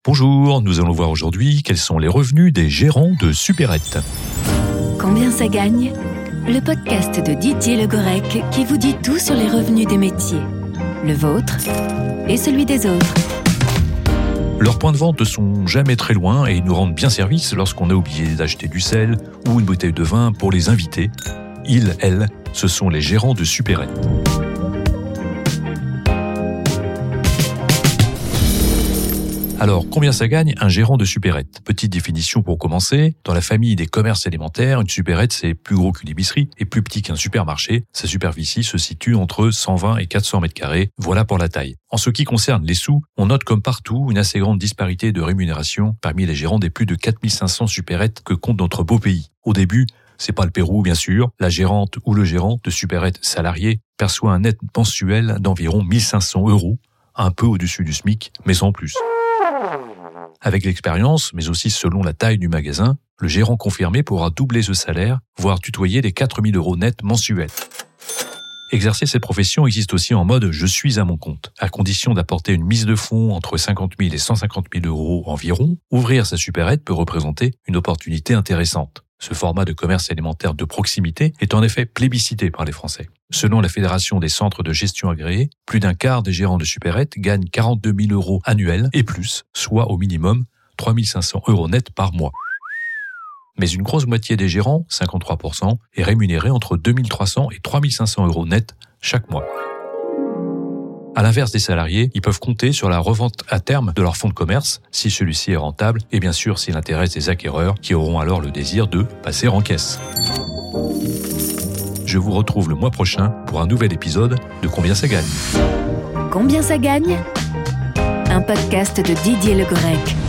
Bonjour, nous allons voir aujourd'hui quels sont les revenus des gérants de supérettes. Combien ça gagne ? Le podcast de Didier Le Gorec qui vous dit tout sur les revenus des métiers, le vôtre et celui des autres. Leurs points de vente ne sont jamais très loin et ils nous rendent bien service lorsqu'on a oublié d'acheter du sel ou une bouteille de vin pour les invités. Ils, elles, ce sont les gérants de supérettes. Alors, combien ça gagne un gérant de supérette ? Petite définition pour commencer. Dans la famille des commerces élémentaires, une supérette, c'est plus gros qu'une épicerie et plus petit qu'un supermarché. Sa superficie se situe entre 120 et 400 mètres carrés. Voilà pour la taille. En ce qui concerne les sous, on note comme partout une assez grande disparité de rémunération parmi les gérants des plus de 4500 supérettes que compte notre beau pays. Au début, c'est pas le Pérou, bien sûr. La gérante ou le gérant de supérette salarié perçoit un net mensuel d'environ 1500 €, un peu au-dessus du SMIC, mais sans plus. Avec l'expérience, mais aussi selon la taille du magasin, le gérant confirmé pourra doubler ce salaire, voire tutoyer les 4000 € net mensuels. Exercer cette profession existe aussi en mode « je suis à mon compte ». À condition d'apporter une mise de fonds entre 50 000 et 150 000 € environ, ouvrir sa supérette peut représenter une opportunité intéressante. Ce format de commerce élémentaire de proximité est en effet plébiscité par les Français. Selon la Fédération des centres de gestion agréés, plus d'un quart des gérants de supérettes gagnent 42 000 € annuels et plus, soit au minimum 3 500 € net par mois. Mais une grosse moitié des gérants, 53%, est rémunérée entre 2 300 et 3 500 € net chaque mois. À l'inverse des salariés, ils peuvent compter sur la revente à terme de leur fonds de commerce, si celui-ci est rentable, et bien sûr s'il intéresse des acquéreurs qui auront alors le désir de passer en caisse. Je vous retrouve le mois prochain pour un nouvel épisode de Combien ça gagne ? Combien ça gagne ? Un podcast de Didier Le Gorec.